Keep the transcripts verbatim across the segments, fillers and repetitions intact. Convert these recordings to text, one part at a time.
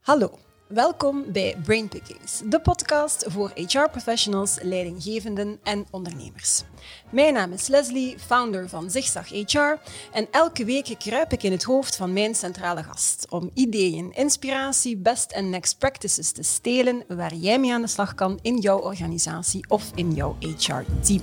Hallo, welkom bij Brainpickings, de podcast voor H R-professionals, leidinggevenden en ondernemers. Mijn naam is Leslie, founder van Zigzag H R en elke week kruip ik in het hoofd van mijn centrale gast om ideeën, inspiratie, best en next practices te stelen waar jij mee aan de slag kan in jouw organisatie of in jouw H R-team.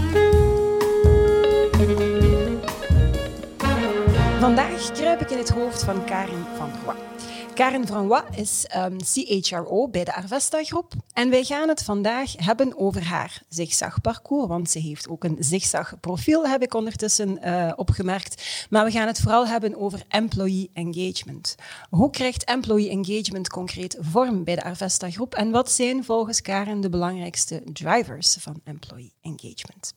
Vandaag kruip ik in het hoofd van Karen van Roy. Karen Franroy is um, C H R O bij de Arvesta Groep en wij gaan het vandaag hebben over haar zigzag-parcours, want ze heeft ook een zigzag-profiel, heb ik ondertussen uh, opgemerkt. Maar we gaan het vooral hebben over employee engagement. Hoe krijgt employee engagement concreet vorm bij de Arvesta Groep en wat zijn volgens Karen de belangrijkste drivers van employee engagement?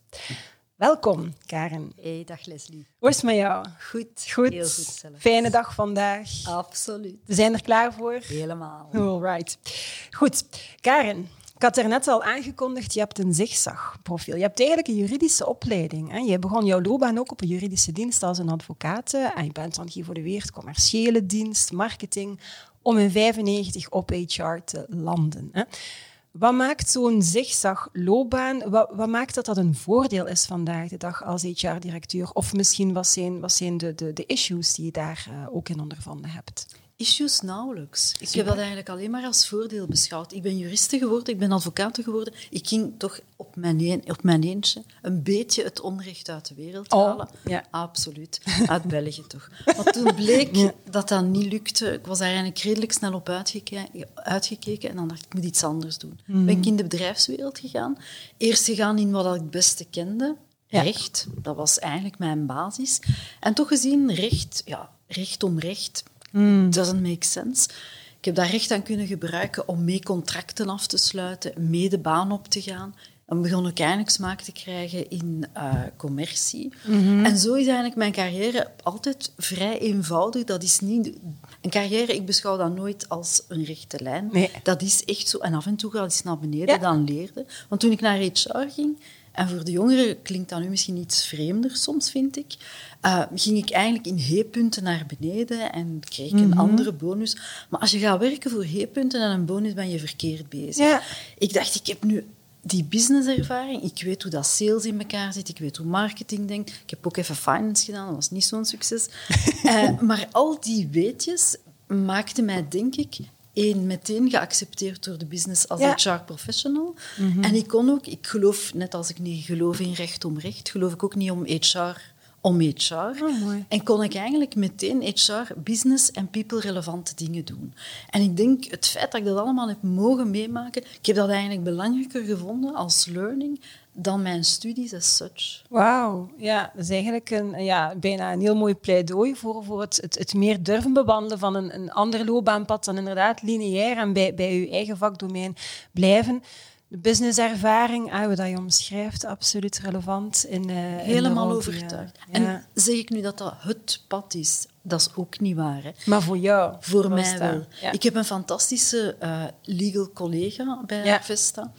Welkom, Karen. Hey, dag Leslie. Hoe is het met jou? Goed. Goed. Heel goed zelf. Fijne dag vandaag. Absoluut. We zijn er klaar voor? Helemaal. All right. Goed. Karen, ik had er net al aangekondigd, je hebt een zigzag-profiel. Je hebt eigenlijk een juridische opleiding. Hè? Je begon jouw loopbaan ook op een juridische dienst als een advocaat. En je bent dan geëvolueerd commerciële dienst, marketing, om in vijfennegentig op H R te landen. Hè? Wat maakt zo'n zigzag-loopbaan, wat, wat maakt dat dat een voordeel is vandaag de dag als H R-directeur? Of misschien wat zijn, wat zijn de, de, de issues die je daar uh, ook in ondervonden hebt? Issues nauwelijks. Super. Ik heb dat eigenlijk alleen maar als voordeel beschouwd. Ik ben juriste geworden, ik ben advocaat geworden. Ik ging toch op mijn, een, op mijn eentje een beetje het onrecht uit de wereld oh, halen. Ja. Absoluut. Uit België toch. Maar toen bleek ja. dat dat niet lukte. Ik was daar eigenlijk redelijk snel op uitgeke- uitgekeken en dan dacht ik, ik moet iets anders doen. Mm. Ben ik in de bedrijfswereld gegaan. Eerst gegaan in wat ik het beste kende. Ja. Recht, dat was eigenlijk mijn basis. En toch gezien, recht, ja, recht om recht... Mm. Doesn't make sense. Ik heb daar recht aan kunnen gebruiken om mee contracten af te sluiten, mee de baan op te gaan. Dan begon ik eindelijk smaak te krijgen in uh, commercie. Mm-hmm. En zo is eigenlijk mijn carrière altijd vrij eenvoudig. Dat is niet... Een carrière, ik beschouw dat nooit als een rechte lijn. Nee. Dat is echt zo. En af en toe gaat het naar beneden, ja. dan leerde. Want toen ik naar H R ging... En voor de jongeren klinkt dat nu misschien iets vreemder, soms vind ik. Uh, ging ik eigenlijk in H-punten naar beneden en kreeg ik mm-hmm. een andere bonus. Maar als je gaat werken voor H-punten en een bonus, ben je verkeerd bezig. Ja. Ik dacht, ik heb nu die businesservaring. Ik weet hoe dat sales in elkaar zit. Ik weet hoe marketing denkt. Ik heb ook even finance gedaan. Dat was niet zo'n succes. uh, maar al die weetjes maakten mij, denk ik... Eén, meteen geaccepteerd door de business als ja. H R-professional. Mm-hmm. En ik kon ook, ik geloof, net als ik niet geloof in recht om recht, geloof ik ook niet om H R om H R. Oh, mooi. En kon ik eigenlijk meteen H R, business en people-relevante dingen doen. En ik denk, het feit dat ik dat allemaal heb mogen meemaken, ik heb dat eigenlijk belangrijker gevonden als learning dan mijn studies as such. Wauw, ja, dat is eigenlijk een, ja, bijna een heel mooi pleidooi voor, voor het, het, het meer durven bewandelen van een, een ander loopbaanpad dan inderdaad lineair en bij, bij je eigen vakdomein blijven. De businesservaring, ah, hoe dat je omschrijft, absoluut relevant. In, uh, Helemaal in overtuigd. Ja. En zeg ik nu dat dat het pad is? Dat is ook niet waar. Hè? Maar voor jou? Voor mij dat? wel. Ja. Ik heb een fantastische uh, legal collega bij ja. Vesta.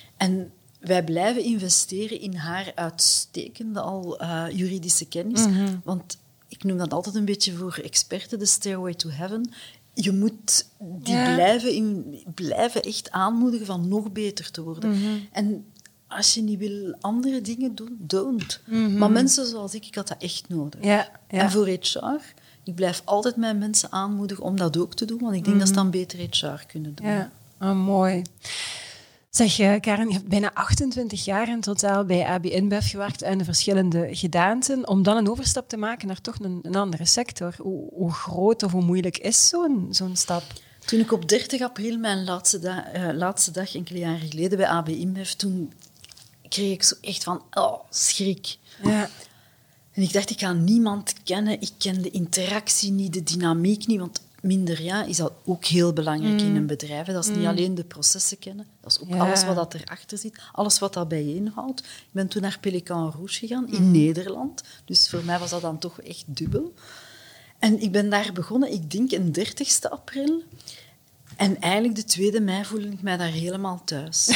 En wij blijven investeren in haar uitstekende al uh, juridische kennis. Mm-hmm. Want ik noem dat altijd een beetje voor experten, de stairway to heaven. Je moet die ja. blijven, in, blijven echt aanmoedigen van nog beter te worden. Mm-hmm. En als je niet wil andere dingen doen, don't. Mm-hmm. Maar mensen zoals ik, ik had dat echt nodig. Ja, ja. En voor H R, ik blijf altijd mijn mensen aanmoedigen om dat ook te doen, want ik denk mm-hmm. dat ze dan beter H R kunnen doen. Ja, oh, mooi. Zeg, Karen, je hebt bijna achtentwintig jaar in totaal bij A B InBev gewerkt en de verschillende gedaanten, om dan een overstap te maken naar toch een, een andere sector. Hoe, hoe groot of hoe moeilijk is zo'n, zo'n stap? Toen ik op dertig april, mijn laatste, da- uh, laatste dag, enkele jaren geleden bij A B InBev, toen kreeg ik zo echt van, oh, schrik. Ja. En ik dacht, ik ga niemand kennen. Ik ken de interactie niet, de dynamiek niet, want minder ja, is dat ook heel belangrijk mm. in een bedrijf. Dat is niet mm. alleen de processen kennen, dat is ook ja. alles wat dat erachter zit, alles wat dat bijeenhoudt. Ik ben toen naar Pelican Rouge gegaan, in mm. Nederland. Dus voor mij was dat dan toch echt dubbel. En ik ben daar begonnen, ik denk een dertigste april. En eigenlijk de tweede mei voelde ik mij daar helemaal thuis.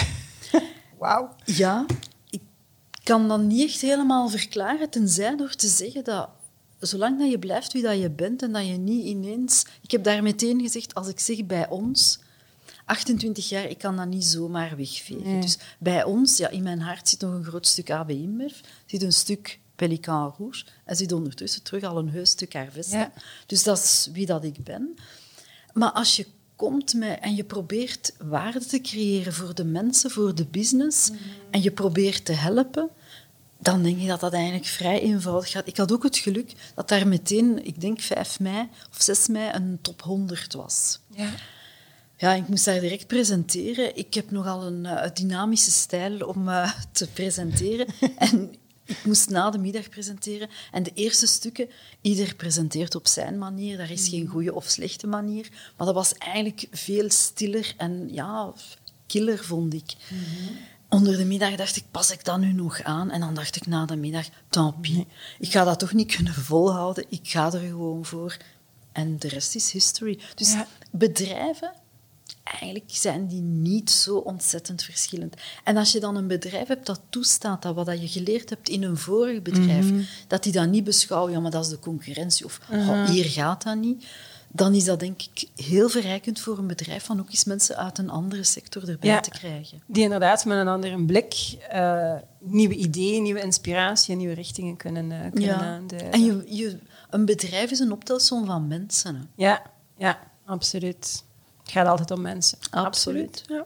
Wauw. Ja, ik kan dat niet echt helemaal verklaren, tenzij door te zeggen dat zolang dat je blijft wie dat je bent en dat je niet ineens... Ik heb daar meteen gezegd, als ik zeg bij ons... achtentwintig jaar, ik kan dat niet zomaar wegvegen. Nee. Dus bij ons, ja, in mijn hart zit nog een groot stuk A B InBev, zit een stuk Pélican Rouge en zit ondertussen terug al een heus stuk Arvesta. Ja. Dus dat is wie dat ik ben. Maar als je komt met, en je probeert waarde te creëren voor de mensen, voor de business, mm-hmm. en je probeert te helpen, dan denk ik dat dat eigenlijk vrij eenvoudig gaat. Ik had ook het geluk dat daar meteen, ik denk vijf mei of zes mei, een top honderd was. Ja. Ja, ik moest daar direct presenteren. Ik heb nogal een uh, dynamische stijl om uh, te presenteren. En ik moest na de middag presenteren. En de eerste stukken, ieder presenteert op zijn manier. Daar is geen goede of slechte manier. Maar dat was eigenlijk veel stiller en ja, killer, vond ik. Mm-hmm. Onder de middag dacht ik, pas ik dat nu nog aan? En dan dacht ik na de middag, tant pis. Nee. Ik ga dat toch niet kunnen volhouden. Ik ga er gewoon voor. En de rest is history. Dus ja. bedrijven... Eigenlijk zijn die niet zo ontzettend verschillend. En als je dan een bedrijf hebt dat toestaat dat wat je geleerd hebt in een vorig bedrijf, mm-hmm. dat die dat niet beschouwen, ja, maar dat is de concurrentie, of uh-huh. oh, hier gaat dat niet, dan is dat denk ik heel verrijkend voor een bedrijf van ook eens mensen uit een andere sector erbij ja, te krijgen. Die inderdaad met een andere blik uh, nieuwe ideeën, nieuwe inspiratie en nieuwe richtingen kunnen, uh, kunnen ja. aanduiden. En je, je, een bedrijf is een optelsom van mensen. Hè. Ja, ja, absoluut. Het gaat altijd om mensen. Absoluut. Ja.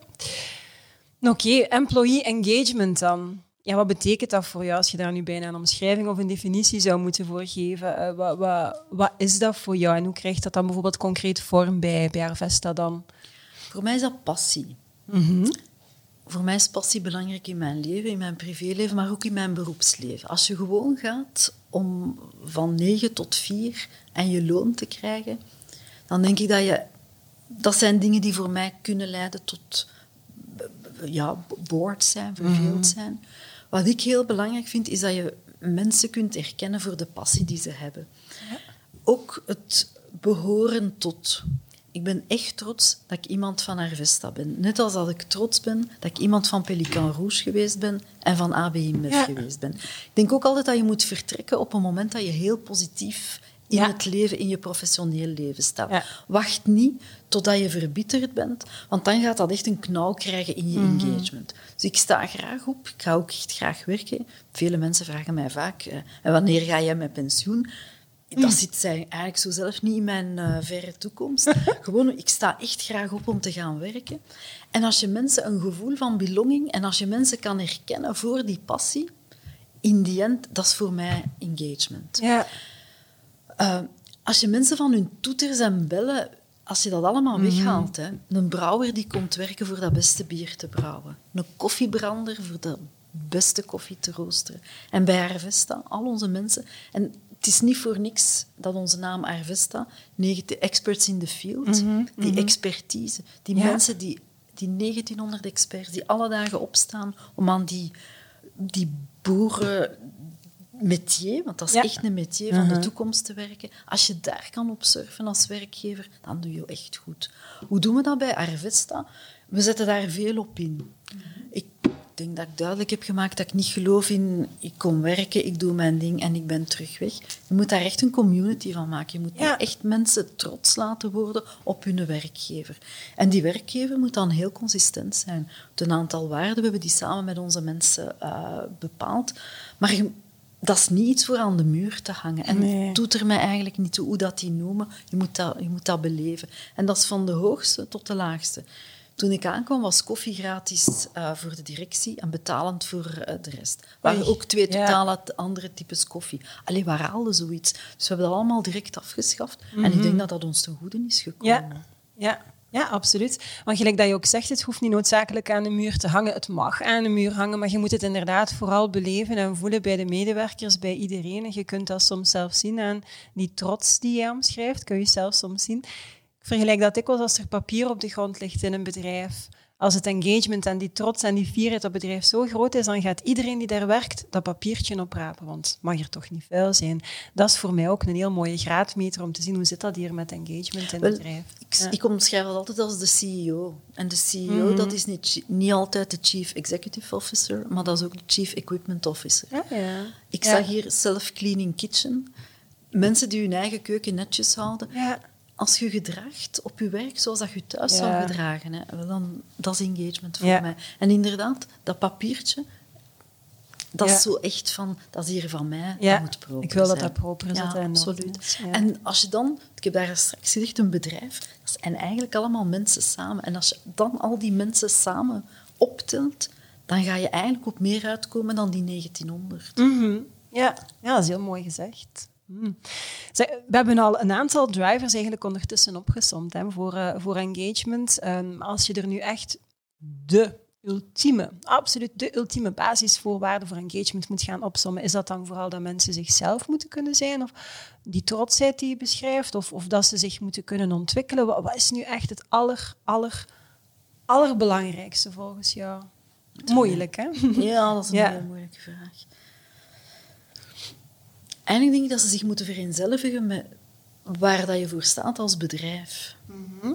Oké, okay, employee engagement dan. Ja, wat betekent dat voor jou als je daar nu bijna een omschrijving of een definitie zou moeten voorgeven? Uh, wat, wat, wat is dat voor jou en hoe krijgt dat dan bijvoorbeeld concreet vorm bij, bij Arvesta dan? Voor mij is dat passie. Mm-hmm. Voor mij is passie belangrijk in mijn leven, in mijn privéleven, maar ook in mijn beroepsleven. Als je gewoon gaat om van negen tot vier en je loon te krijgen, dan denk ik dat je... Dat zijn dingen die voor mij kunnen leiden tot ja, bored zijn, verveeld zijn. Wat ik heel belangrijk vind, is dat je mensen kunt erkennen voor de passie die ze hebben. Ja. Ook het behoren tot. Ik ben echt trots dat ik iemand van Arvesta ben. Net als dat ik trots ben dat ik iemand van Pélican Rouge geweest ben en van A B InBev ja. geweest ben. Ik denk ook altijd dat je moet vertrekken op een moment dat je heel positief in ja. het leven, in je professioneel leven staat. Ja. Wacht niet totdat je verbitterd bent, want dan gaat dat echt een knauw krijgen in je mm-hmm. engagement. Dus ik sta graag op, ik ga ook echt graag werken. Vele mensen vragen mij vaak, uh, en wanneer ga jij met pensioen? Mm. Dat zit eigenlijk zo zelf niet in mijn uh, verre toekomst. Gewoon, ik sta echt graag op om te gaan werken. En als je mensen een gevoel van belonging, en als je mensen kan herkennen voor die passie, in die end, dat is voor mij engagement. Ja. Uh, als je mensen van hun toeters en bellen, als je dat allemaal mm-hmm. weghaalt, hè, een brouwer die komt werken voor dat beste bier te brouwen, een koffiebrander voor de beste koffie te roosteren. En bij Arvesta, al onze mensen... En het is niet voor niks dat onze naam Arvesta, experts in the field, mm-hmm. die mm-hmm. expertise, die ja. mensen, die, die negentienhonderd experts, die alle dagen opstaan om aan die, die boeren... métier, want dat is ja. echt een métier van uh-huh. de toekomst te werken. Als je daar kan op surfen als werkgever, dan doe je echt goed. Hoe doen we dat bij Arvesta? We zetten daar veel op in. Uh-huh. Ik denk dat ik duidelijk heb gemaakt dat ik niet geloof in ik kom werken, ik doe mijn ding en ik ben terug weg. Je moet daar echt een community van maken. Je moet ja. echt mensen trots laten worden op hun werkgever. En die werkgever moet dan heel consistent zijn. Een aantal waarden, we hebben die samen met onze mensen uh, bepaald. Maar je dat is niet iets voor aan de muur te hangen. En nee. het doet er mij eigenlijk niet toe hoe dat die noemen. Je moet dat, je moet dat beleven. En dat is van de hoogste tot de laagste. Toen ik aankwam was koffie gratis uh, voor de directie en betalend voor uh, de rest. Er waren ook twee totaal ja. andere types koffie. Allee, waar haalde zoiets? Dus we hebben dat allemaal direct afgeschaft. Mm-hmm. En ik denk dat dat ons ten goede is gekomen. Ja, ja. Ja, absoluut. Want gelijk dat je ook zegt, het hoeft niet noodzakelijk aan de muur te hangen. Het mag aan de muur hangen, maar je moet het inderdaad vooral beleven en voelen bij de medewerkers, bij iedereen. En je kunt dat soms zelf zien aan die trots die jij omschrijft. Kun je zelf soms zien. Ik vergelijk dat dikwijls als er papier op de grond ligt in een bedrijf. Als het engagement en die trots en die fierheid op het bedrijf zo groot is, dan gaat iedereen die daar werkt dat papiertje oprapen, want het mag er toch niet vuil zijn. Dat is voor mij ook een heel mooie graadmeter om te zien hoe zit dat hier met engagement in het bedrijf. Ik, ja. ik omschrijf het altijd als de C E O. En de C E O, mm-hmm. dat is niet, niet altijd de Chief Executive Officer, maar dat is ook de Chief Equipment Officer. Ja, ja. Ik ja. zag hier Self-Cleaning Kitchen. mensen die hun eigen keuken netjes houden. Ja. Als je gedraagt op je werk zoals dat je thuis Ja. zou gedragen, hè, dan, dat is engagement voor Ja. mij. En inderdaad, dat papiertje, dat Ja. is zo echt van, dat is hier van mij, Ja, dat moet proper ik wil dat zijn. dat proper zit. Ja, en absoluut. dat is, ja. En als je dan, ik heb daar straks gezegd, een bedrijf, dat zijn eigenlijk allemaal mensen samen. En als je dan al die mensen samen optelt, dan ga je eigenlijk op meer uitkomen dan die negentienhonderd. Mhm. Ja. ja, dat is heel mooi gezegd. Mm. Zeg, we hebben al een aantal drivers eigenlijk ondertussen opgesomd hè, voor, uh, voor engagement. Um, als je er nu echt de ultieme, absoluut de ultieme basisvoorwaarde voor engagement moet gaan opsommen, is dat dan vooral dat mensen zichzelf moeten kunnen zijn? Of die trotsheid die je beschrijft? Of, of dat ze zich moeten kunnen ontwikkelen? Wat, wat is nu echt het aller, aller, allerbelangrijkste volgens jou? Moeilijk, hè? Ja, dat is een Ja. hele moeilijke vraag. Eigenlijk denk ik dat ze zich moeten vereenzelvigen met waar dat je voor staat als bedrijf. Mm-hmm.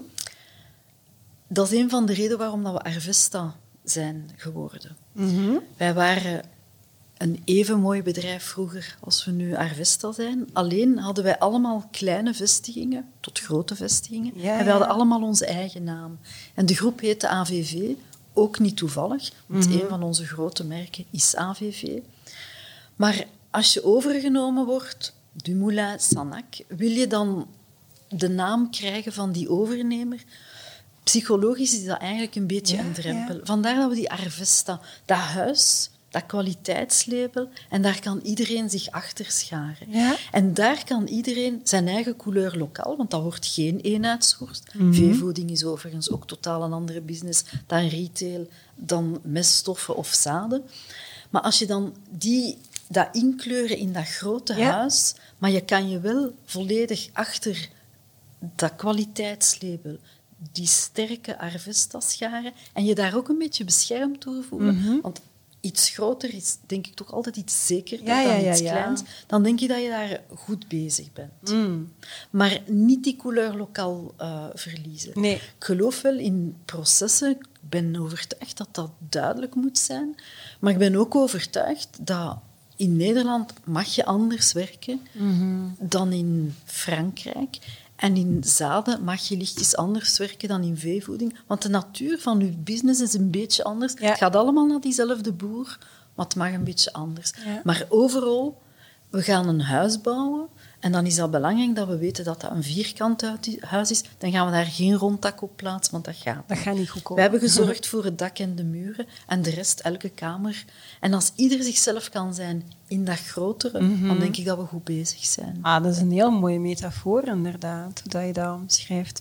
Dat is een van de redenen waarom dat we Arvesta zijn geworden. Mm-hmm. Wij waren een even mooi bedrijf vroeger als we nu Arvesta zijn. Alleen hadden wij allemaal kleine vestigingen, tot grote vestigingen. Ja, en we hadden ja. allemaal onze eigen naam. En de groep heette A V V, ook niet toevallig, want Mhm. een van onze grote merken is A V V. Maar als je overgenomen wordt, Dumoulin, Sanac, wil je dan de naam krijgen van die overnemer? Psychologisch is dat eigenlijk een beetje Ja, een drempel. ja. Vandaar dat we die Arvesta, dat huis, dat kwaliteitslabel, en daar kan iedereen zich achter scharen. Ja. En daar kan iedereen zijn eigen couleur lokaal, want dat wordt geen eenheidsworst. Mhm. Veevoeding is overigens ook totaal een andere business dan retail, dan meststoffen of zaden. Maar als je dan die, dat inkleuren in dat grote Ja. huis, maar je kan je wel volledig achter dat kwaliteitslabel, die sterke Arvesta scharen, en je daar ook een beetje beschermd door voelen. Mhm. Want iets groter is, denk ik, toch altijd iets zekerder Ja, ja, dan ja, iets ja. kleins. Dan denk je dat je daar goed bezig bent. Mm. Maar niet die couleur lokaal uh, verliezen. Nee. Ik geloof wel in processen. Ik ben overtuigd dat dat duidelijk moet zijn. Maar ik ben ook overtuigd dat in Nederland mag je anders werken Mm-hmm. dan in Frankrijk. En in zaden mag je lichtjes anders werken dan in veevoeding. Want de natuur van je business is een beetje anders. Ja. Het gaat allemaal naar diezelfde boer, maar het mag een beetje anders. Ja. Maar overal, we gaan een huis bouwen. En dan is dat belangrijk dat we weten dat dat een vierkant huis is. Dan gaan we daar geen ronddak op plaatsen, want dat gaat. Dat gaat niet goed komen. We hebben gezorgd voor het dak en de muren en de rest elke kamer. En als ieder zichzelf kan zijn in dat grotere, Mhm. dan denk ik dat we goed bezig zijn. Ah, dat is een heel mooie metafoor, inderdaad, hoe dat je dat omschrijft.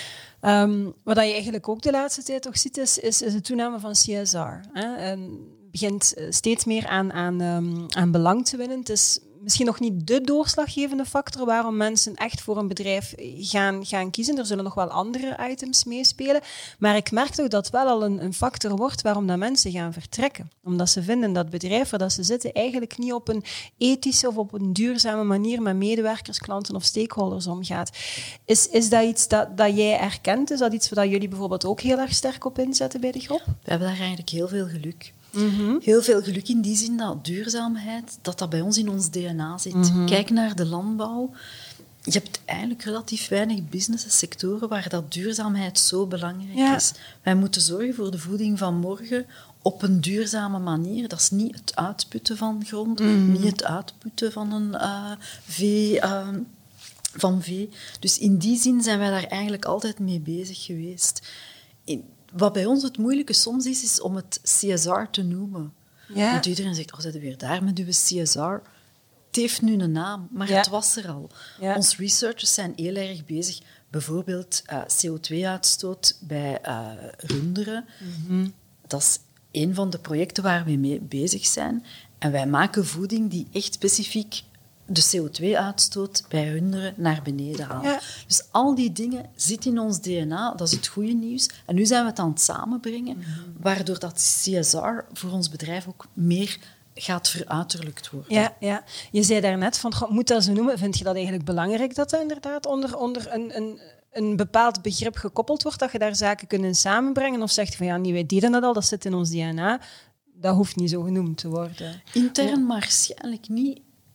Um, wat je eigenlijk ook de laatste tijd toch ziet, is, is, is de toename van C S R. Hè? En begint steeds meer aan, aan, um, aan belang te winnen. Het is misschien nog niet de doorslaggevende factor waarom mensen echt voor een bedrijf gaan, gaan kiezen. Er zullen nog wel andere items meespelen. Maar ik merk toch dat het wel al een, een factor wordt waarom dat mensen gaan vertrekken. Omdat ze vinden dat het bedrijf waar dat ze zitten eigenlijk niet op een ethische of op een duurzame manier met medewerkers, klanten of stakeholders omgaat. Is, is dat iets dat, dat jij erkent? Is dat iets waar jullie bijvoorbeeld ook heel erg sterk op inzetten bij de groep? We hebben daar eigenlijk heel veel geluk. Mm-hmm. Heel veel geluk in die zin dat duurzaamheid, dat dat bij ons in ons D N A zit. Mm-hmm. Kijk naar de landbouw. Je hebt eigenlijk relatief weinig business en sectoren waar dat duurzaamheid zo belangrijk Ja. is. Wij moeten zorgen voor de voeding van morgen op een duurzame manier. Dat is niet het uitputten van grond, Mm-hmm. niet het uitputten van een uh, vee... Uh, van vee. Dus in die zin zijn wij daar eigenlijk altijd mee bezig geweest. In, wat bij ons het moeilijke soms is, is om het C S R te noemen. Ja. Want iedereen zegt, oh, zit je weer daar met uw C S R? Het heeft nu een naam, maar Ja. het was er al. Ja. Onze researchers zijn heel erg bezig. Bijvoorbeeld uh, C O twee uitstoot bij uh, runderen. Mm-hmm. Dat is een van de projecten waar we mee bezig zijn. En wij maken voeding die echt specifiek de C O twee uitstoot bij runderen naar beneden haalt. Ja. Dus al die dingen zitten in ons D N A, dat is het goede nieuws. En nu zijn we het aan het samenbrengen, Mm-hmm. waardoor dat C S R voor ons bedrijf ook meer gaat veruiterlijkt worden. Ja, ja. Je zei daarnet, van, goh, moet dat zo noemen? Vind je dat eigenlijk belangrijk dat dat inderdaad onder, onder een, een, een bepaald begrip gekoppeld wordt, dat je daar zaken kunt samenbrengen? Of zegt je van, ja, niet, wij deden dat al, dat zit in ons D N A. Dat hoeft niet zo genoemd te worden. Intern waarschijnlijk niet.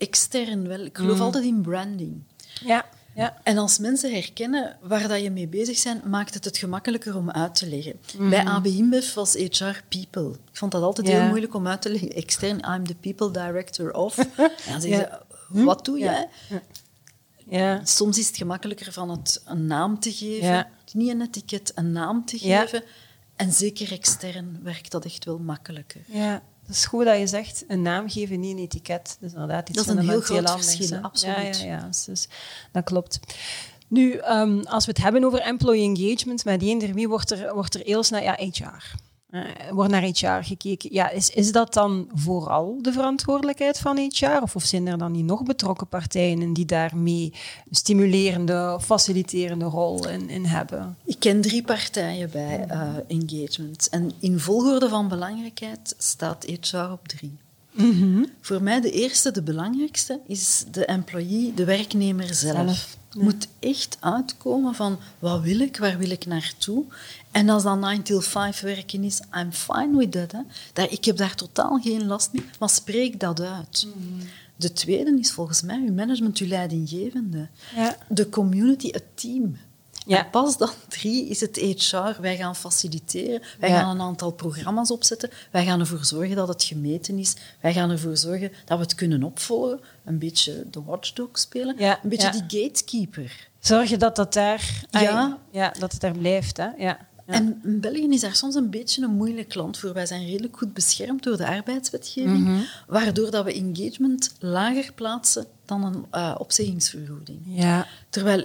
extern wel. Ik geloof mm. altijd in branding. Ja. Ja. En als mensen herkennen waar dat je mee bezig bent, maakt het het gemakkelijker om uit te leggen. Mm-hmm. Bij A B InBev was H R people. Ik vond dat altijd ja. heel moeilijk om uit te leggen. Extern, I'm the people director of. En dan zeggen ja. ze, wat doe jij? Ja. Ja. Soms is het gemakkelijker van het een naam te geven. Ja. Niet een etiket, een naam te geven. Ja. En zeker extern werkt dat echt wel makkelijker. Ja. Het is goed dat je zegt, een naam geven, niet een etiket. Dat is inderdaad iets dat is een heel groot anders, verschil, hè? absoluut. Ja, ja, ja. Dus, dat klopt. Nu, um, als we het hebben over employee engagement, met eender wie wordt er, wordt er heel snel... Ja, H R. Uh, wordt naar H R gekeken. Ja, is, is dat dan vooral de verantwoordelijkheid van H R? Of, of zijn er dan niet nog betrokken partijen die daarmee een stimulerende, faciliterende rol in, in hebben? Ik ken drie partijen bij uh, engagement. En in volgorde van belangrijkheid staat H R op drie. Mm-hmm. Voor mij de eerste, de belangrijkste, is de employee, de werknemer zelf. zelf. Ja. Moet echt uitkomen van wat wil ik, waar wil ik naartoe. En als dat nine till five werken is, I'm fine with that. Hè. Daar, ik heb daar totaal geen last mee, maar spreek dat uit. Mm. De tweede is volgens mij uw management, uw leidinggevende. Ja. De community, het team. Ja. En pas dan drie is het H R. Wij gaan faciliteren. Wij ja. gaan een aantal programma's opzetten. Wij gaan ervoor zorgen dat het gemeten is. Wij gaan ervoor zorgen dat we het kunnen opvolgen. Een beetje de watchdog spelen. Ja. Een beetje ja. die gatekeeper. Zorgen dat dat daar, ja. ja, dat het daar blijft. Hè? Ja. Ja. En België is daar soms een beetje een moeilijk land voor. Wij zijn redelijk goed beschermd door de arbeidswetgeving, mm-hmm. waardoor dat we engagement lager plaatsen dan een uh, opzeggingsvergoeding. Ja. Terwijl...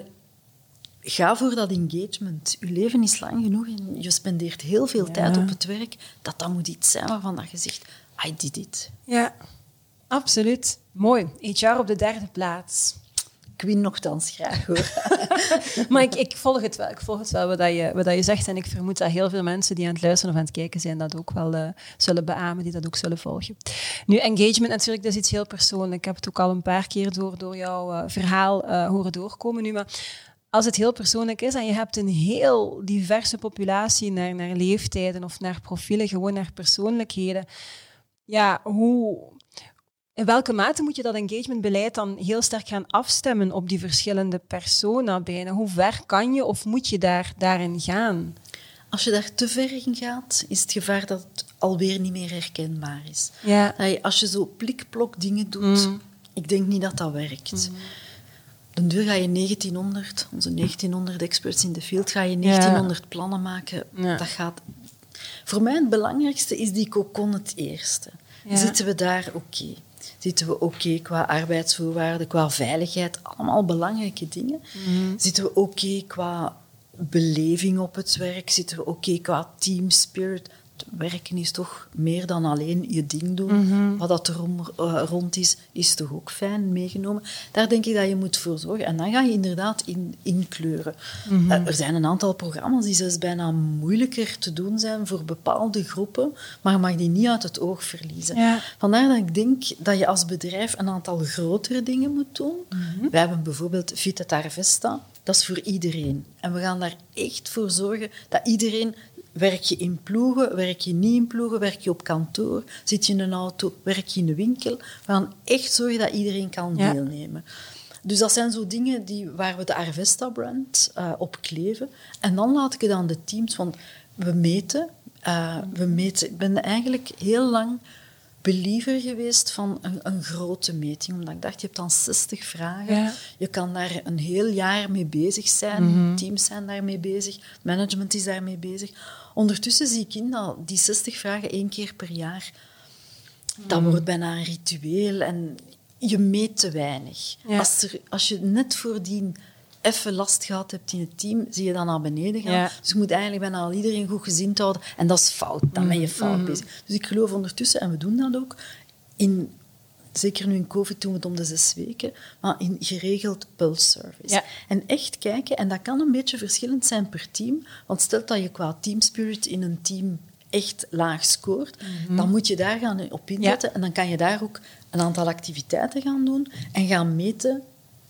Ga voor dat engagement. Je leven is lang genoeg en je spendeert heel veel ja. tijd op het werk. Dat dat moet iets zijn waarvan dat je zegt, I did it. Ja, absoluut. Mooi. H R op de derde plaats. Ik win nogthans graag, hoor. Maar ik, ik volg het wel. Ik volg het wel wat, dat je, wat dat je zegt. En ik vermoed dat heel veel mensen die aan het luisteren of aan het kijken zijn, dat ook wel uh, zullen beamen, die dat ook zullen volgen. Nu, engagement natuurlijk, dat is iets heel persoonlijks. Ik heb het ook al een paar keer door, door jouw uh, verhaal uh, horen doorkomen nu, maar... Als het heel persoonlijk is en je hebt een heel diverse populatie naar, naar leeftijden of naar profielen, gewoon naar persoonlijkheden, ja, hoe, in welke mate moet je dat engagementbeleid dan heel sterk gaan afstemmen op die verschillende persona bijna? Hoe ver kan je of moet je daar, daarin gaan? Als je daar te ver in gaat, is het gevaar dat het alweer niet meer herkenbaar is. Ja. Als je zo plikplok dingen doet, mm. ik denk niet dat dat werkt. Mm. Dan ga je negentienhonderd, onze negentienhonderd experts in de field, ga je negentienhonderd ja. plannen maken. Ja. Dat gaat... Voor mij het belangrijkste is die cocon het eerste. Ja. Zitten we daar oké? Okay? Zitten we oké okay qua arbeidsvoorwaarden, qua veiligheid? Allemaal belangrijke dingen. Mm-hmm. Zitten we oké okay qua beleving op het werk? Zitten we oké okay qua team spirit? Werken is toch meer dan alleen je ding doen. Mm-hmm. Wat dat er om, uh, rond is, is toch ook fijn meegenomen. Daar denk ik dat je moet voor zorgen. En dan ga je inderdaad in, inkleuren. Mm-hmm. Uh, er zijn een aantal programma's die zelfs bijna moeilijker te doen zijn voor bepaalde groepen, maar je mag die niet uit het oog verliezen. Ja. Vandaar dat ik denk dat je als bedrijf een aantal grotere dingen moet doen. Mm-hmm. Wij hebben bijvoorbeeld Fit at Arvesta. Dat is voor iedereen. En we gaan daar echt voor zorgen dat iedereen... Werk je in ploegen, werk je niet in ploegen, werk je op kantoor, zit je in een auto, werk je in de winkel. We gaan echt zorgen dat iedereen kan ja. deelnemen. Dus dat zijn zo dingen die, waar we de Arvesta-brand uh, op kleven. En dan laat ik het aan de teams, want we meten. Uh, we meten. Ik ben eigenlijk heel lang believer geweest van een, een grote meting. Omdat ik dacht, je hebt dan zestig vragen. Ja. Je kan daar een heel jaar mee bezig zijn. Mm-hmm. Teams zijn daarmee bezig. Management is daarmee bezig. Ondertussen zie ik in dat die zestig vragen één keer per jaar... Mm. Dat wordt bijna een ritueel. En je meet te weinig. Ja. Als, er, als je net voordien even last gehad hebt in het team, zie je dan naar beneden gaan. Ja. Dus je moet eigenlijk bijna al iedereen goed gezind houden. En dat is fout. Dan ben je fout mm. bezig. Dus ik geloof ondertussen, en we doen dat ook, in, zeker nu in COVID doen we het om de zes weken, maar in geregeld pulse service. Ja. En echt kijken, en dat kan een beetje verschillend zijn per team, want stel dat je qua team spirit in een team echt laag scoort, mm-hmm. dan moet je daar gaan op inzetten. Ja. En dan kan je daar ook een aantal activiteiten gaan doen en gaan meten,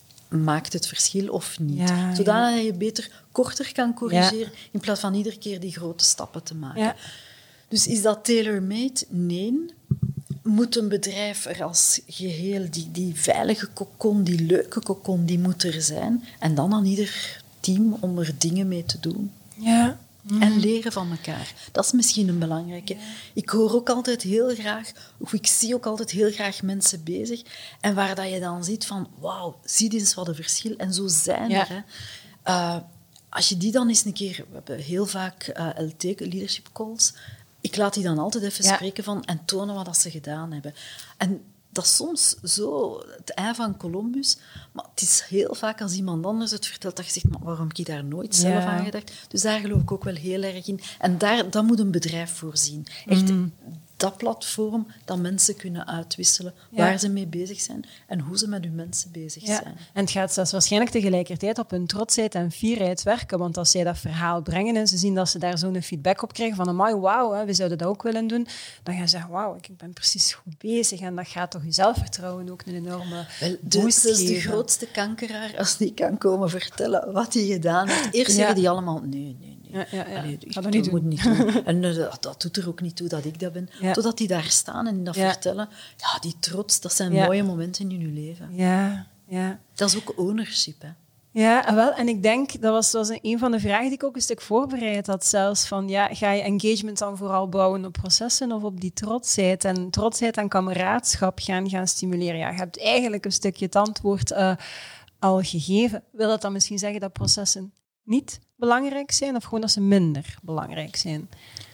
maakt het verschil of niet. Ja, zodat ja. je beter korter kan corrigeren, ja. in plaats van iedere keer die grote stappen te maken. Ja. Dus is dat tailor-made? Nee. moet een bedrijf er als geheel, die, die veilige kokon, die leuke kokon, die moet er zijn. En dan aan ieder team om er dingen mee te doen. Ja. Mm. En leren van elkaar. Dat is misschien een belangrijke. Ja. Ik hoor ook altijd heel graag, of ik zie ook altijd heel graag mensen bezig. En waar dat je dan ziet van, wauw, zie eens wat een verschil. En zo zijn ja. er. Hè. Uh, als je die dan eens een keer... We hebben heel vaak uh, L T, leadership calls. Ik laat die dan altijd even ja. spreken van en tonen wat dat ze gedaan hebben. En dat is soms zo het ei van Columbus, maar het is heel vaak als iemand anders het vertelt dat je zegt, maar waarom heb ik daar nooit zelf ja. aan gedacht? Dus daar geloof ik ook wel heel erg in. En daar, dat moet een bedrijf voorzien. Echt mm. dat platform dat mensen kunnen uitwisselen ja. waar ze mee bezig zijn en hoe ze met hun mensen bezig ja. zijn. En het gaat zelfs waarschijnlijk tegelijkertijd op hun trotsheid en fierheid werken, want als zij dat verhaal brengen en ze zien dat ze daar zo'n feedback op krijgen van amai, wauw, we zouden dat ook willen doen, dan gaan ze zeggen, wauw, ik ben precies goed bezig en dat gaat toch je zelfvertrouwen ook een enorme Wel, boost dus geven. De grootste kankeraar, als die kan komen vertellen wat hij gedaan heeft, eerst ja. zeggen die allemaal, nee, nee, nee. Ja, ja, ja. Allee, ik dat niet moet doen. niet doen. En uh, dat, dat doet er ook niet toe dat ik dat ben. Ja. Totdat die daar staan en dat ja. vertellen. Ja, die trots, dat zijn ja. mooie momenten in je leven. Ja, ja. Dat is ook ownership, hè. Ja, wel, en ik denk, dat was, dat was een van de vragen die ik ook een stuk voorbereid had zelfs, van ja, ga je engagement dan vooral bouwen op processen of op die trotsheid? En trotsheid en kameraadschap gaan, gaan stimuleren. Ja, je hebt eigenlijk een stukje het antwoord uh, al gegeven. Wil dat dan misschien zeggen dat processen niet belangrijk zijn of gewoon dat ze minder belangrijk zijn?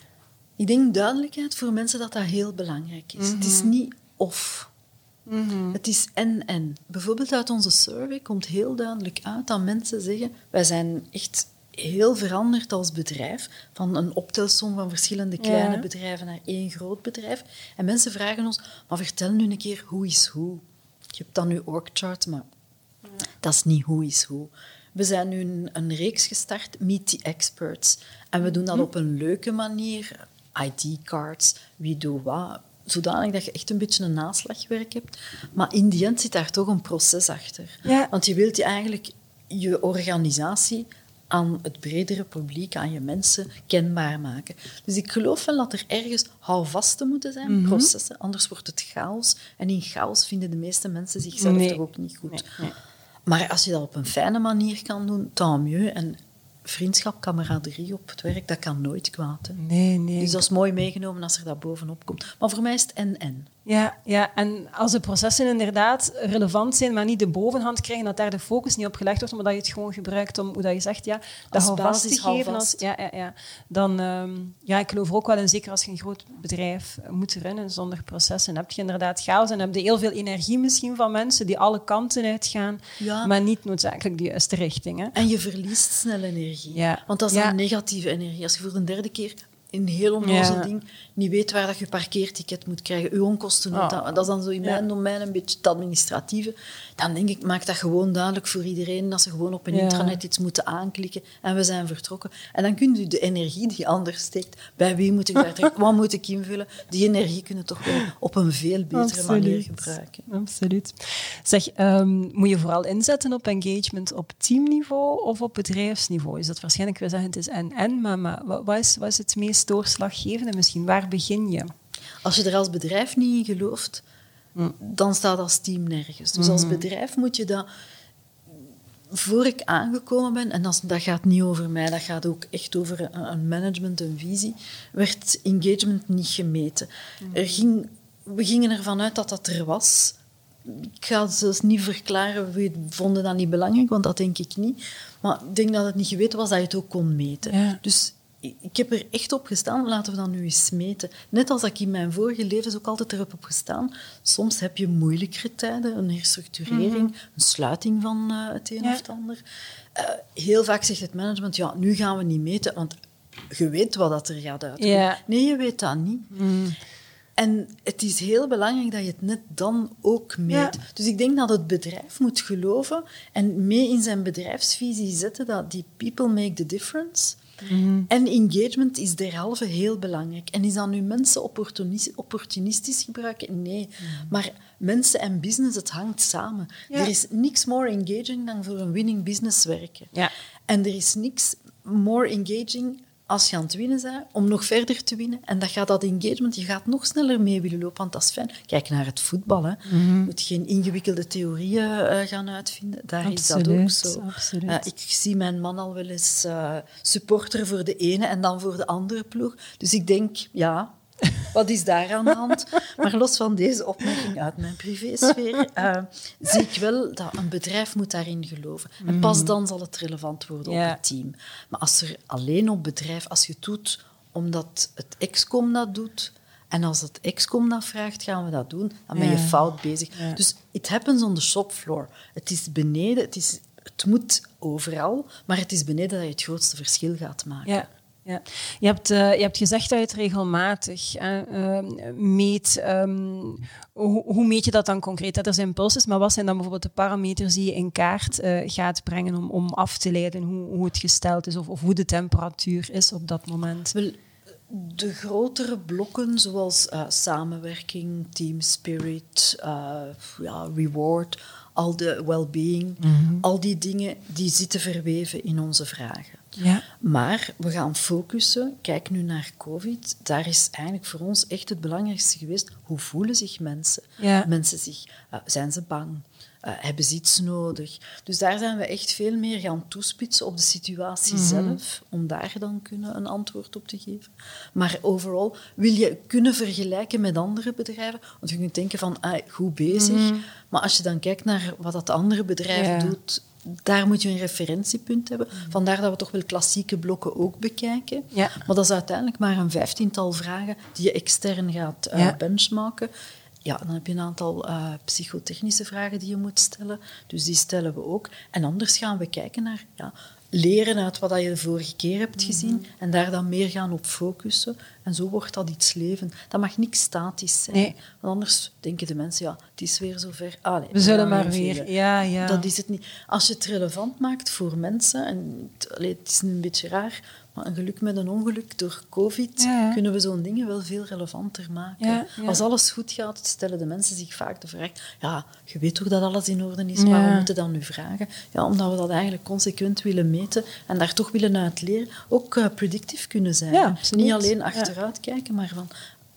Ik denk duidelijkheid voor mensen dat dat heel belangrijk is. Mm-hmm. Het is niet of. Mm-hmm. Het is en-en. Bijvoorbeeld uit onze survey komt heel duidelijk uit dat mensen zeggen, wij zijn echt heel veranderd als bedrijf, van een optelsom van verschillende kleine ja. bedrijven naar één groot bedrijf. En mensen vragen ons, maar vertel nu een keer hoe is hoe. Je hebt dan nu org-chart, maar ja. dat is niet hoe is hoe. We zijn nu een, een reeks gestart, Meet the Experts. En we doen dat op een leuke manier. I D-cards, wie doet wat. Zodanig dat je echt een beetje een naslagwerk hebt. Maar in die end zit daar toch een proces achter. Ja. Want je wilt je eigenlijk je organisatie aan het bredere publiek, aan je mensen, kenbaar maken. Dus ik geloof wel dat er ergens houvasten moeten zijn, mm-hmm. processen. Anders wordt het chaos. En in chaos vinden de meeste mensen zichzelf nee. toch ook niet goed. Nee, nee. Maar als je dat op een fijne manier kan doen, tant mieux. En vriendschap, kameraderie op het werk, dat kan nooit kwaad. Hè. Nee, nee. Dus dat is mooi meegenomen als er dat bovenop komt. Maar voor mij is het en-en. Ja, ja, en als de processen inderdaad relevant zijn, maar niet de bovenhand krijgen, dat daar de focus niet op gelegd wordt, maar dat je het gewoon gebruikt om, hoe dat je zegt, ja, de houvast te geven. Als, ja, ja, ja. Dan, um, ja, ik geloof er ook wel in, zeker als je een groot bedrijf moet runnen zonder processen, heb je inderdaad chaos en heb je heel veel energie misschien van mensen die alle kanten uitgaan, ja. maar niet noodzakelijk de juiste richting. Hè. En je verliest snel energie. Ja. Want dat is ja. een negatieve energie. Als je voor de derde keer een heel onnozel ja. ding, niet weet waar dat je parkeerticket moet krijgen, je onkosten, oh. dat, dat is dan zo in mijn ja. domein een beetje het administratieve, dan denk ik, maak dat gewoon duidelijk voor iedereen, dat ze gewoon op een ja. intranet iets moeten aanklikken en we zijn vertrokken. En dan kun je de energie die anders steekt, bij wie moet ik daar trekken, wat moet ik invullen, die energie kunnen toch wel op een veel betere Absoluut. manier gebruiken. Absoluut. Zeg, um, moet je vooral inzetten op engagement op teamniveau of op bedrijfsniveau? Is dat waarschijnlijk, we zeggen het is en-en, maar, maar wat, is, wat is het meest doorslaggevende misschien? Waar begin je? Als je er als bedrijf niet in gelooft, mm. dan staat als team nergens. Dus mm-hmm. als bedrijf moet je dat... Voor ik aangekomen ben, en dat, dat gaat niet over mij, dat gaat ook echt over een, een management, een visie, werd engagement niet gemeten. Mm. Er ging, we gingen ervan uit dat dat er was. Ik ga het zelfs niet verklaren, we vonden dat niet belangrijk, want dat denk ik niet. Maar ik denk dat het niet geweten was dat je het ook kon meten. Ja. Dus ik heb er echt op gestaan, laten we dat nu eens meten. Net als ik in mijn vorige levens ook altijd erop heb gestaan. Soms heb je moeilijkere tijden, een herstructurering, mm-hmm. een sluiting van uh, het een ja. of het ander. Uh, heel vaak zegt het management, ja, nu gaan we niet meten, want je weet wat dat er gaat uitkomen. Ja. Nee, je weet dat niet. Mm. En het is heel belangrijk dat je het net dan ook meet. Ja. Dus ik denk dat het bedrijf moet geloven en mee in zijn bedrijfsvisie zetten dat die people make the difference. Mm-hmm. En engagement is derhalve heel belangrijk. En is dat nu mensen opportunistisch gebruiken? Nee. Mm-hmm. Maar mensen en business, het hangt samen. Ja. Er is niks more engaging dan voor een winning business werken. Ja. En er is niks more engaging als je aan het winnen bent, om nog verder te winnen. En dat gaat dat engagement, je gaat nog sneller mee willen lopen, want dat is fijn. Kijk naar het voetbal. Hè. Mm-hmm. Je moet geen ingewikkelde theorieën uh, gaan uitvinden. Daar absoluut, is dat ook zo. Uh, ik zie mijn man al wel eens uh, supporter voor de ene en dan voor de andere ploeg. Dus ik denk, ja... Wat is daar aan de hand? Maar los van deze opmerking uit mijn privésfeer, uh, zie ik wel dat een bedrijf moet daarin geloven. En pas dan zal het relevant worden ja. op het team. Maar als er alleen op bedrijf, als je het doet omdat het excom dat doet, en als het excom dat vraagt, gaan we dat doen, dan ben je ja. fout bezig. Ja. Dus it happens on the shop floor. Het is beneden, het, is, het moet overal, maar het is beneden dat je het grootste verschil gaat maken. Ja. Ja. Je, hebt, uh, je hebt gezegd dat je het regelmatig uh, meet. Um, hoe, hoe meet je dat dan concreet? Dat er zijn pulses, maar wat zijn dan bijvoorbeeld de parameters die je in kaart uh, gaat brengen om, om af te leiden hoe, hoe het gesteld is of, of hoe de temperatuur is op dat moment? Wel, de grotere blokken, zoals uh, samenwerking, team spirit, uh, ja, reward, al de well-being, mm-hmm. al die dingen, die zitten verweven in onze vragen. Ja. Maar we gaan focussen, kijk nu naar COVID, daar is eigenlijk voor ons echt het belangrijkste geweest, hoe voelen zich mensen? Ja. Mensen zich, uh, zijn ze bang? Uh, hebben ze iets nodig? Dus daar zijn we echt veel meer gaan toespitsen op de situatie mm-hmm. zelf, om daar dan kunnen een antwoord op te geven. Maar overal wil je kunnen vergelijken met andere bedrijven, want je kunt denken van, ah, goed bezig, mm-hmm. maar als je dan kijkt naar wat dat andere bedrijf ja. doet, daar moet je een referentiepunt hebben. Vandaar dat we toch wel klassieke blokken ook bekijken. Ja. Maar dat is uiteindelijk maar een vijftiental vragen die je extern gaat uh, ja. benchmarken. Ja, dan heb je een aantal uh, psychotechnische vragen die je moet stellen. Dus die stellen we ook. En anders gaan we kijken naar... Ja, leren uit wat je de vorige keer hebt gezien mm-hmm. en daar dan meer gaan op focussen. En zo wordt dat iets leven. Dat mag niks statisch zijn. Nee. Want anders denken de mensen, ja, het is weer zover. Ah, nee, we zullen maar weer. Ja, ja. Dat is het niet. Als je het relevant maakt voor mensen, en het, allee, het is nu een beetje raar, maar een geluk met een ongeluk door COVID, ja, ja. kunnen we zo'n dingen wel veel relevanter maken. Ja, ja. Als alles goed gaat, stellen de mensen zich vaak de vraag, ja, je weet toch dat alles in orde is, ja. maar we moeten dan nu vragen? Ja, omdat we dat eigenlijk consequent willen meten en daar toch willen uit leren. Ook uh, predictief kunnen zijn. Ja, niet alleen achteruit ja. kijken, maar van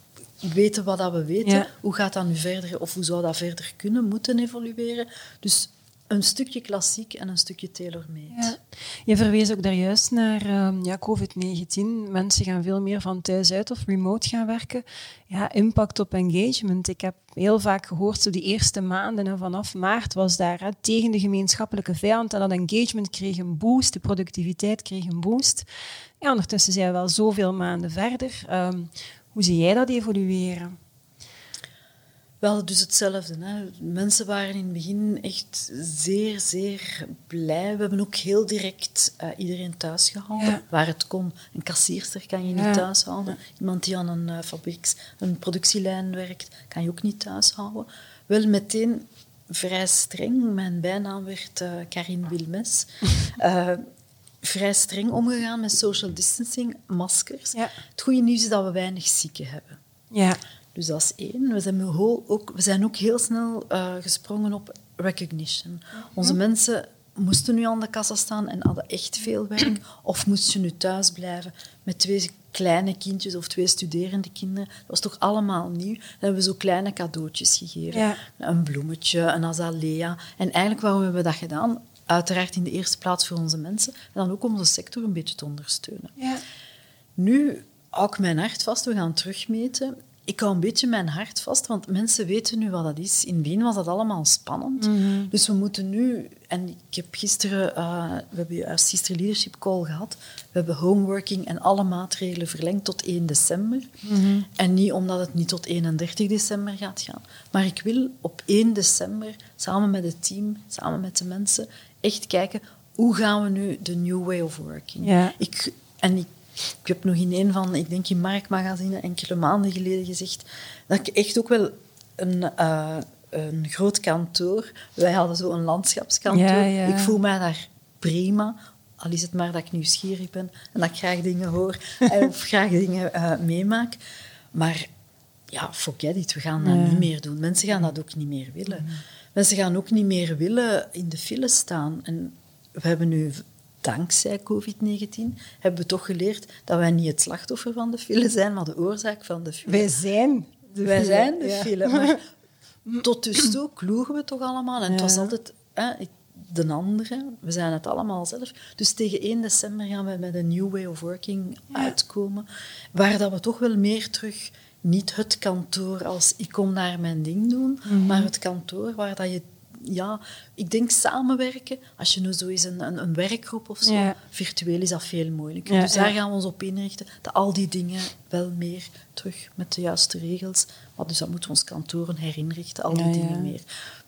weten wat dat we weten. Ja. Hoe gaat dat nu verder, of hoe zou dat verder kunnen, moeten evolueren? Dus een stukje klassiek en een stukje tailor-made. Ja. Je verwees ook daar juist naar um, ja, covid negentien. Mensen gaan veel meer van thuis uit of remote gaan werken. Ja, impact op engagement. Ik heb heel vaak gehoord, zo die eerste maanden, hè, vanaf maart was daar hè, tegen de gemeenschappelijke vijand. En dat engagement kreeg een boost, de productiviteit kreeg een boost. Ja, ondertussen zijn we wel zoveel maanden verder. Um, hoe zie jij dat evolueren? Wel, dus hetzelfde. Hè. Mensen waren in het begin echt zeer, zeer blij. We hebben ook heel direct uh, iedereen thuis gehouden, ja. waar het kon. Een kassierster kan je niet ja. thuis houden. Ja. Iemand die aan een uh, fabrieks, een productielijn werkt, kan je ook niet thuis houden. Wel meteen vrij streng. Mijn bijnaam werd uh, Karin Wilmes. Uh, vrij streng omgegaan met social distancing, maskers. Ja. Het goede nieuws is dat we weinig zieken hebben. Ja. Dus dat is één. We zijn ook, we zijn ook heel snel uh, gesprongen op recognition. Mm-hmm. Onze mensen moesten nu aan de kassa staan en hadden echt veel werk. Of moesten nu thuis blijven met twee kleine kindjes of twee studerende kinderen. Dat was toch allemaal nieuw. Dan hebben we zo kleine cadeautjes gegeven. Ja. Een bloemetje, een azalea. En eigenlijk, waarom hebben we dat gedaan? Uiteraard in de eerste plaats voor onze mensen. En dan ook om onze sector een beetje te ondersteunen. Ja. Nu hou ik mijn hart vast. We gaan terugmeten. Ik hou een beetje mijn hart vast, want mensen weten nu wat dat is. In het begin was dat allemaal spannend. Mm-hmm. Dus we moeten nu... En ik heb gisteren... Uh, we hebben juist gisteren leadership call gehad. We hebben homeworking en alle maatregelen verlengd tot één december. Mm-hmm. En niet omdat het niet tot eenendertig december gaat gaan. Maar ik wil op één december, samen met het team, samen met de mensen, echt kijken, hoe gaan we nu de new way of working? Ja. Ik, en ik Ik heb nog in een van, ik denk in Marktmagazine, enkele maanden geleden gezegd dat ik echt ook wel een, uh, een groot kantoor... Wij hadden zo een landschapskantoor. Ja, ja. Ik voel mij daar prima, al is het maar dat ik nieuwsgierig ben en dat ik graag dingen hoor of graag dingen uh, meemaak. Maar ja, forget it, we gaan dat ja. niet meer doen. Mensen gaan dat ook niet meer willen. Mm. Mensen gaan ook niet meer willen in de file staan. En we hebben nu... dankzij covid negentien hebben we toch geleerd dat wij niet het slachtoffer van de file zijn, maar de oorzaak van de file. Wij zijn de wij file. zijn de ja. file. Maar tot dus toe kloegen we toch allemaal. En ja. het was altijd hè, de andere. We zijn het allemaal zelf. Dus tegen één december gaan we met een new way of working ja. uitkomen, waar dat we toch wel meer terug... Niet het kantoor als ik kom daar mijn ding doen, mm-hmm. maar het kantoor waar dat je... Ja, ik denk samenwerken, als je nu zo is een, een, een werkgroep of zo, ja. virtueel is dat veel moeilijker. Ja, dus daar ja. gaan we ons op inrichten, dat al die dingen wel meer terug met de juiste regels. Maar dus dat moeten we ons kantoren herinrichten, al die ja, dingen ja. meer.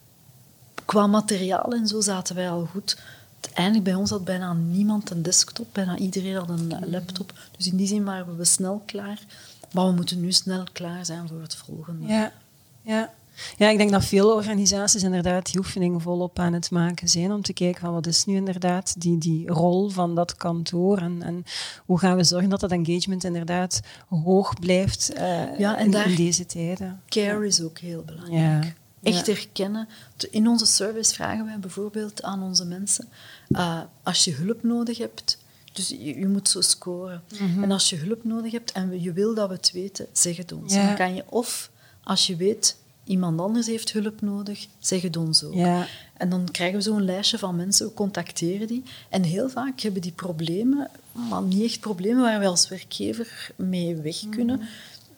Qua materiaal en zo zaten wij al goed. Uiteindelijk bij ons had bijna niemand een desktop, bijna iedereen had een mm-hmm. laptop. Dus in die zin waren we snel klaar. Maar we moeten nu snel klaar zijn voor het volgende. Ja, ja. ja ik denk dat veel organisaties inderdaad die oefening volop aan het maken zijn om te kijken van wat is nu inderdaad die, die rol van dat kantoor en, en hoe gaan we zorgen dat dat engagement inderdaad hoog blijft uh, ja, en in, daar, in deze tijden. Care is ook heel belangrijk. Ja. Echt ja. herkennen. In onze service vragen wij bijvoorbeeld aan onze mensen, uh, als je hulp nodig hebt... Dus je, je moet zo scoren. Mm-hmm. En als je hulp nodig hebt en je wil dat we het weten, zeg het ons. Ja. Dan kan je of, als je weet, iemand anders heeft hulp nodig, zeg het ons ook. Ja. En dan krijgen we zo'n lijstje van mensen, we contacteren die. En heel vaak hebben die problemen, maar niet echt problemen waar we als werkgever mee weg kunnen. Mm-hmm.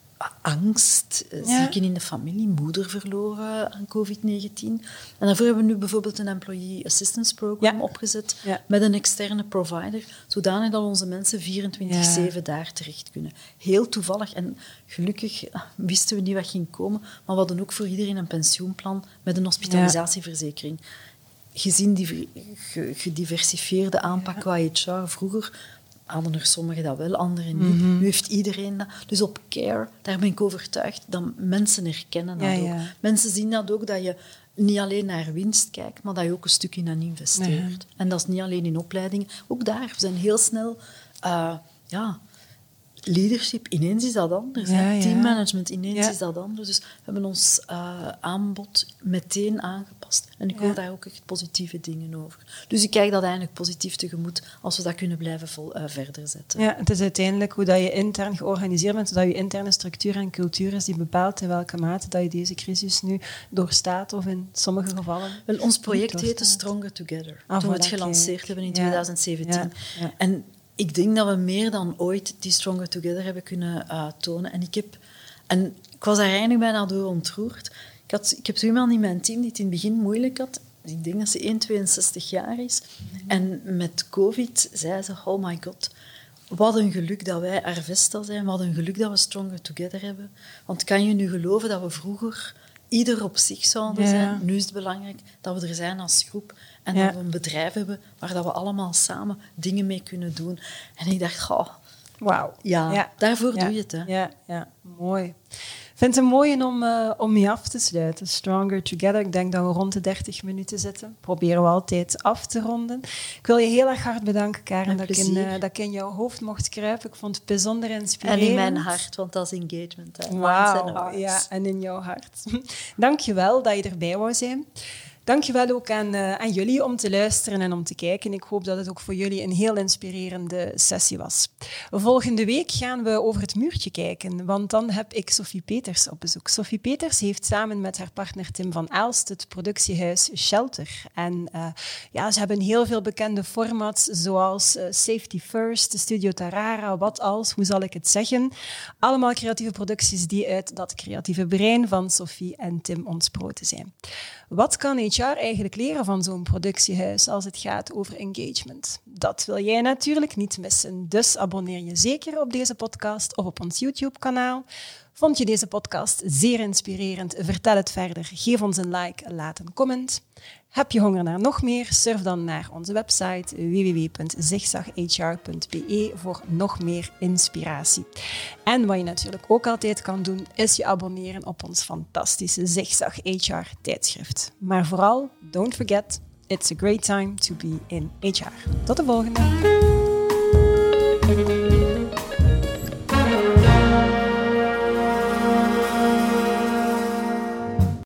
Angst, ja. zieken in de familie, moeder verloren aan covid negentien. En daarvoor hebben we nu bijvoorbeeld een Employee Assistance Program ja. opgezet ja. met een externe provider, zodanig dat onze mensen vierentwintig zeven ja. daar terecht kunnen. Heel toevallig en gelukkig wisten we niet wat ging komen, maar we hadden ook voor iedereen een pensioenplan met een hospitalisatieverzekering. Ja. Gezien die gediversifieerde aanpak ja. qua H R vroeger... hadden er sommigen dat wel, anderen niet. Mm-hmm. Nu heeft iedereen dat. Dus op care, daar ben ik overtuigd dat mensen herkennen dat ja, ook. Ja. Mensen zien dat ook, dat je niet alleen naar winst kijkt, maar dat je ook een stukje in investeert. Ja. En dat is niet alleen in opleidingen. Ook daar, we zijn heel snel... Uh, ja, leadership, ineens is dat anders. Ja, ja. Teammanagement, ineens ja. is dat anders. Dus we hebben ons uh, aanbod meteen aangepast. En ik hoor ja. daar ook echt positieve dingen over. Dus ik kijk dat eigenlijk positief tegemoet als we dat kunnen blijven vol, uh, verder zetten. Ja, het is uiteindelijk hoe dat je intern georganiseerd bent, dat je interne structuur en cultuur is die bepaalt in welke mate dat je deze crisis nu doorstaat of in sommige gevallen... Wel, ons project heette Stronger Together. Ah, toen we het gelanceerd kijk. hebben in ja. twintig zeventien. Ja. Ja. En ik denk dat we meer dan ooit die Stronger Together hebben kunnen uh, tonen. En ik, heb, en ik was daar eigenlijk bijna door ontroerd. Ik, had, ik heb zo iemand in mijn team die het in het begin moeilijk had. Ik denk dat ze één komma tweeënzestig jaar is. Mm-hmm. En met COVID zei ze, oh my god, wat een geluk dat wij Arvesta zijn. Wat een geluk dat we Stronger Together hebben. Want kan je nu geloven dat we vroeger ieder op zich zouden zijn? Ja. Nu is het belangrijk dat we er zijn als groep. En ja. dat we een bedrijf hebben waar dat we allemaal samen dingen mee kunnen doen. En ik dacht, oh, wauw. Ja, ja, daarvoor ja. doe je het. Hè. Ja, ja, mooi. Ik vind het een mooie om, uh, om mee af te sluiten. Stronger Together. Ik denk dat we rond de dertig minuten zitten. Proberen we altijd af te ronden. Ik wil je heel erg hard bedanken, Karen, dat ik, in, uh, dat ik in jouw hoofd mocht kruipen. Ik vond het bijzonder inspirerend. En in mijn hart, want dat is engagement. Wauw, ja, en in jouw hart. Dank je wel dat je erbij wou zijn. Dankjewel ook aan, uh, aan jullie om te luisteren en om te kijken. Ik hoop dat het ook voor jullie een heel inspirerende sessie was. Volgende week gaan we over het muurtje kijken, want dan heb ik Sophie Peters op bezoek. Sophie Peters heeft samen met haar partner Tim van Aalst het productiehuis Shelter. En uh, ja, ze hebben heel veel bekende formats, zoals uh, Safety First, Studio Tarara, Wat Als, hoe zal ik het zeggen? Allemaal creatieve producties die uit dat creatieve brein van Sophie en Tim ontsproten zijn. Wat kan H R eigenlijk leren van zo'n productiehuis als het gaat over engagement? Dat wil jij natuurlijk niet missen. Dus abonneer je zeker op deze podcast of op ons YouTube-kanaal. Vond je deze podcast zeer inspirerend? Vertel het verder. Geef ons een like, laat een comment. Heb je honger naar nog meer? Surf dan naar onze website w w w punt zigzag h r punt b e voor nog meer inspiratie. En wat je natuurlijk ook altijd kan doen, is je abonneren op ons fantastische Zigzag H R tijdschrift. Maar vooral, don't forget, it's a great time to be in H R. Tot de volgende!